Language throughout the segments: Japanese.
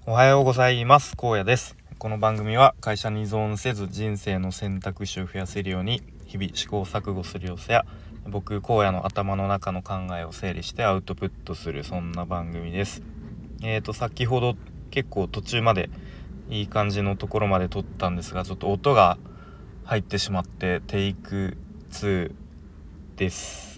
おはようございます。荒野です。この番組は会社に依存せず人生の選択肢を増やせるように日々試行錯誤する様子や僕荒野の頭の中の考えを整理してアウトプットするそんな番組です。先ほど結構途中までいい感じのところまで撮ったんですがちょっと音が入ってしまってテイク2です。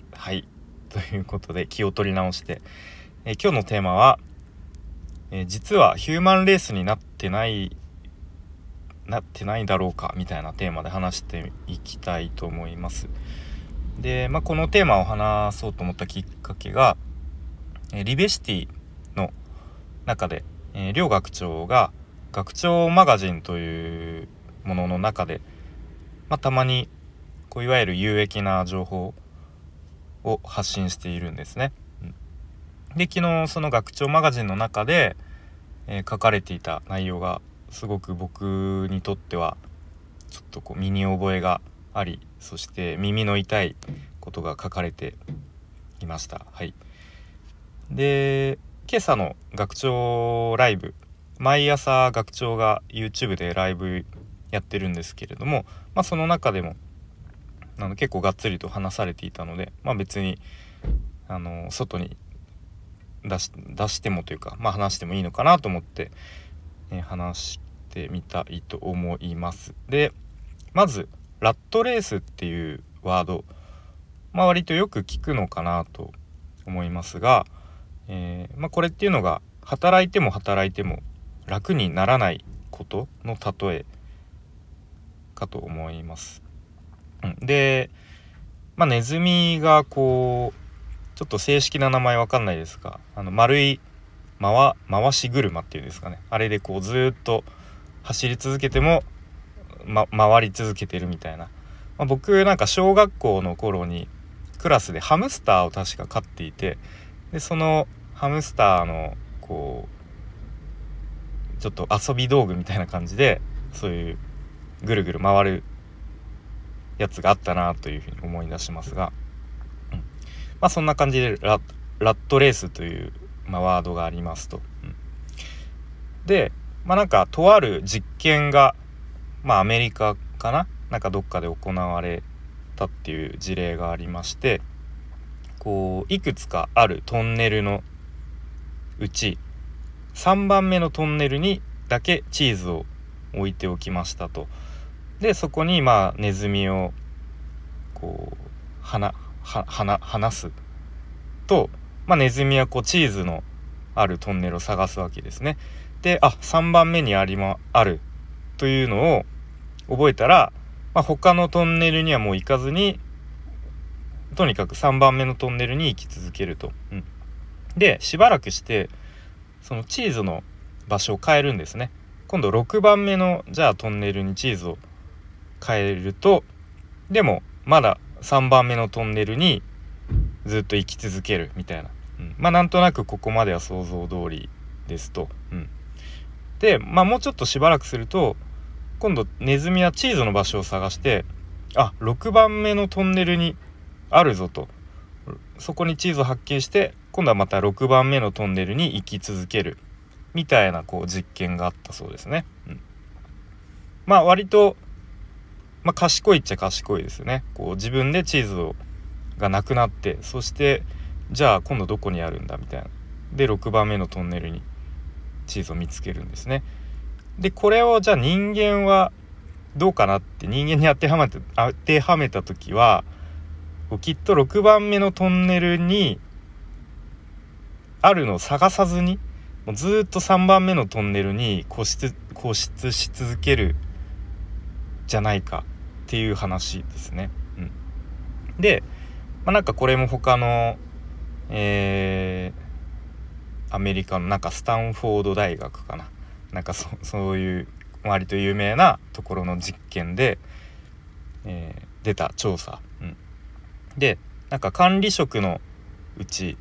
はい。ということで気を取り直して、今日のテーマは実はヒューマンレースになってないだろうかみたいなテーマで話していきたいと思います。で、このテーマを話そうと思ったきっかけが、リベシティの中で、両学長が学長マガジンというものの中で、たまにいわゆる有益な情報を発信しているんですね。で、昨日その学長マガジンの中で、書かれていた内容がすごく僕にとってはちょっと身に覚えがあり、そして耳の痛いことが書かれていました。はい。で、今朝の学長ライブ、毎朝学長が YouTube でライブやってるんですけれども、その中でも結構がっつりと話されていたので、別に外に出してもというか、話してもいいのかなと思って、話してみたいと思います。で、まずラットレースっていうワード、割とよく聞くのかなと思いますが、これっていうのが働いても働いても楽にならないことの例えかと思います。で、ネズミがちょっと正式な名前わかんないですが、丸い回し車っていうんですかね、あれでずっと走り続けても、回り続けてるみたいな、僕小学校の頃にクラスでハムスターを確か飼っていて、でそのハムスターのちょっと遊び道具みたいな感じでそういうぐるぐる回るやつがあったなというふうに思い出しますが、そんな感じでラットレースという、ワードがありますと。で、とある実験が、アメリカかな、どっかで行われたっていう事例がありまして、いくつかあるトンネルのうち3番目のトンネルにだけチーズを置いておきましたと。でそこにネズミを離すと、ネズミはチーズのあるトンネルを探すわけですね。で、3番目にあるというのを覚えたら、他のトンネルにはもう行かずに、とにかく3番目のトンネルに行き続けると。で、しばらくしてそのチーズの場所を変えるんですね。今度6番目のトンネルにチーズを変えると、でもまだ3番目のトンネルにずっと行き続けるみたいな、なんとなくここまでは想像通りですと。で、もうちょっとしばらくすると今度ネズミはチーズの場所を探して、6番目のトンネルにあるぞと、そこにチーズを発見して今度はまた6番目のトンネルに行き続けるみたいな実験があったそうですね。割と賢いっちゃ賢いですよね。自分でチーズがなくなって、そしてじゃあ今度どこにあるんだみたいなで6番目のトンネルにチーズを見つけるんですね。でこれをじゃあ人間はどうかなって人間に当てはめた時は、きっと6番目のトンネルにあるのを探さずにもうずっと3番目のトンネルに固執し続けるじゃないかっていう話ですね。で、これも他の、アメリカのスタンフォード大学かな、そういう割と有名なところの実験で、出た調査、で管理職のうち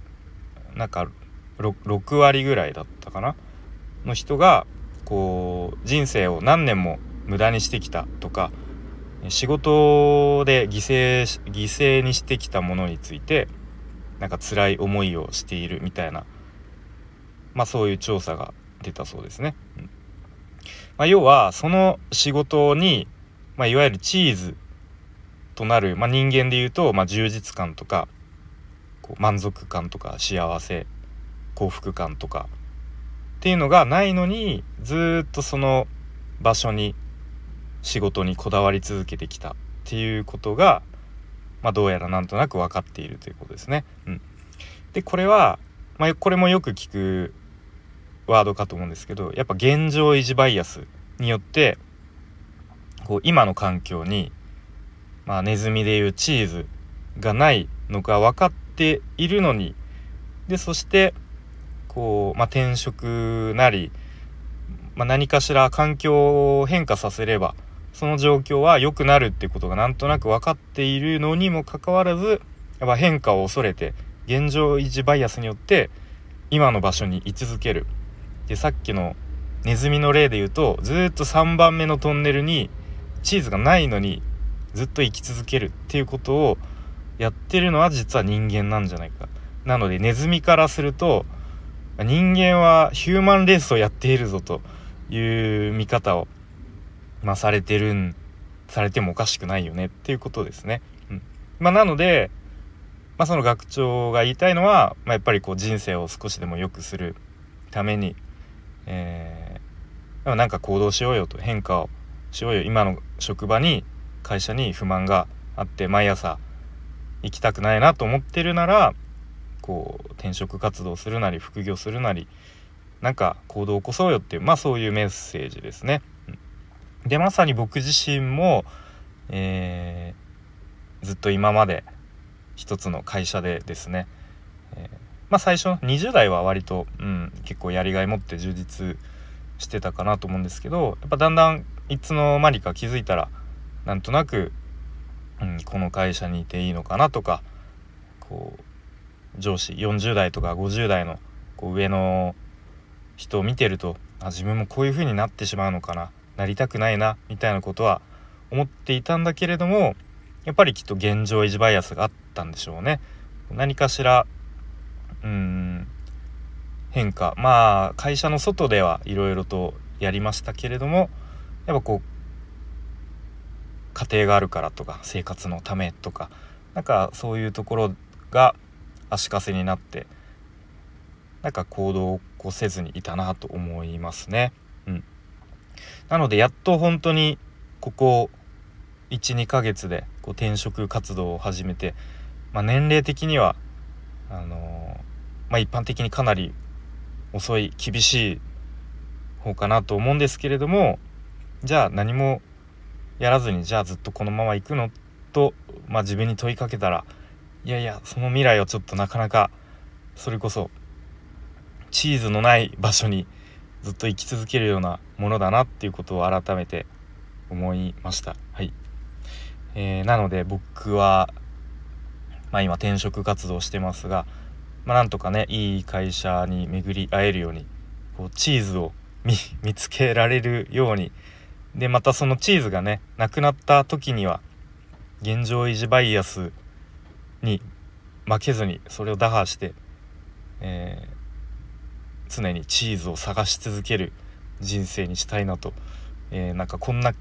6割ぐらいだったかなの人が人生を何年も無駄にしてきたとか、仕事で犠牲にしてきたものについて辛い思いをしているみたいな、そういう調査が出たそうですね。要はその仕事に、いわゆるチーズとなる、人間でいうと、充実感とかこう満足感とか幸せ幸福感とかっていうのがないのに、ずっとその場所に仕事にこだわり続けてきたっていうことが、どうやらなんとなく分かっているということですね。でこれは、これもよく聞くワードかと思うんですけど、やっぱ現状維持バイアスによってこう今の環境に、ネズミでいうチーズがないのが分かっているのに、でそしてこう、転職なり、何かしら環境を変化させればその状況は良くなるっていうことがなんとなく分かっているのにもかかわらず、やっぱ変化を恐れて現状維持バイアスによって今の場所に居続ける。でさっきのネズミの例で言うと、ずっと3番目のトンネルにチーズがないのにずっと生き続けるっていうことをやってるのは実は人間なんじゃないか。なのでネズミからすると、人間はヒューマンレースをやっているぞという見方を、されてもおかしくないよねっていうことですね。なので、その学長が言いたいのは、やっぱりこう人生を少しでも良くするために、なんか行動しようよと、変化をしようよ。今の職場に会社に不満があって毎朝行きたくないなと思ってるなら、こう転職活動するなり副業するなり、なんか行動を起こそうよっていう、そういうメッセージですね。でまさに僕自身も、ずっと今まで一つの会社でですね、最初の20代は割と、結構やりがい持って充実してたかなと思うんですけど、やっぱだんだんいつの間にか気づいたらなんとなく、この会社にいていいのかなとか、こう上司40代とか50代のこう上の人を見てると、自分もこういう風になってしまうのかな、なりたくないなみたいなことは思っていたんだけれども、やっぱりきっと現状維持バイアスがあったんでしょうね。何かしら変化、会社の外ではいろいろとやりましたけれども、やっぱこう家庭があるからとか生活のためとか、なんかそういうところが足かせになって、なんか行動を起こせずにいたなと思いますね。なのでやっと本当にここ 1,2 ヶ月でこう転職活動を始めて、年齢的には一般的にかなり遅い厳しい方かなと思うんですけれども、じゃあ何もやらずにじゃあずっとこのまま行くのと、自分に問いかけたら、いやいやその未来はちょっとなかなか、それこそチーズのない場所にずっと生き続けるようなものだなっていうことを改めて思いました。なので僕は、今転職活動してますが、なんとかねいい会社に巡り会えるように、こうチーズを見つけられるように、でまたそのチーズがねなくなった時には現状維持バイアスに負けずにそれを打破して、常にチーズを探し続ける人生にしたいなと、なんかこんな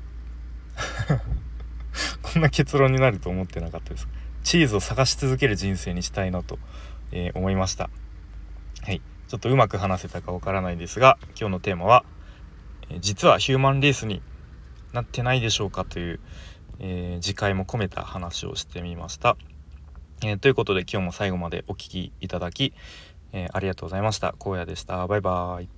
こんな結論になると思ってなかったです。チーズを探し続ける人生にしたいなと、思いました。ちょっとうまく話せたかわからないですが、今日のテーマは、実はヒューマンレースになってないでしょうかという、自戒も込めた話をしてみました。ということで今日も最後までお聞きいただき、ありがとうございました。荒野でした。バイバイ。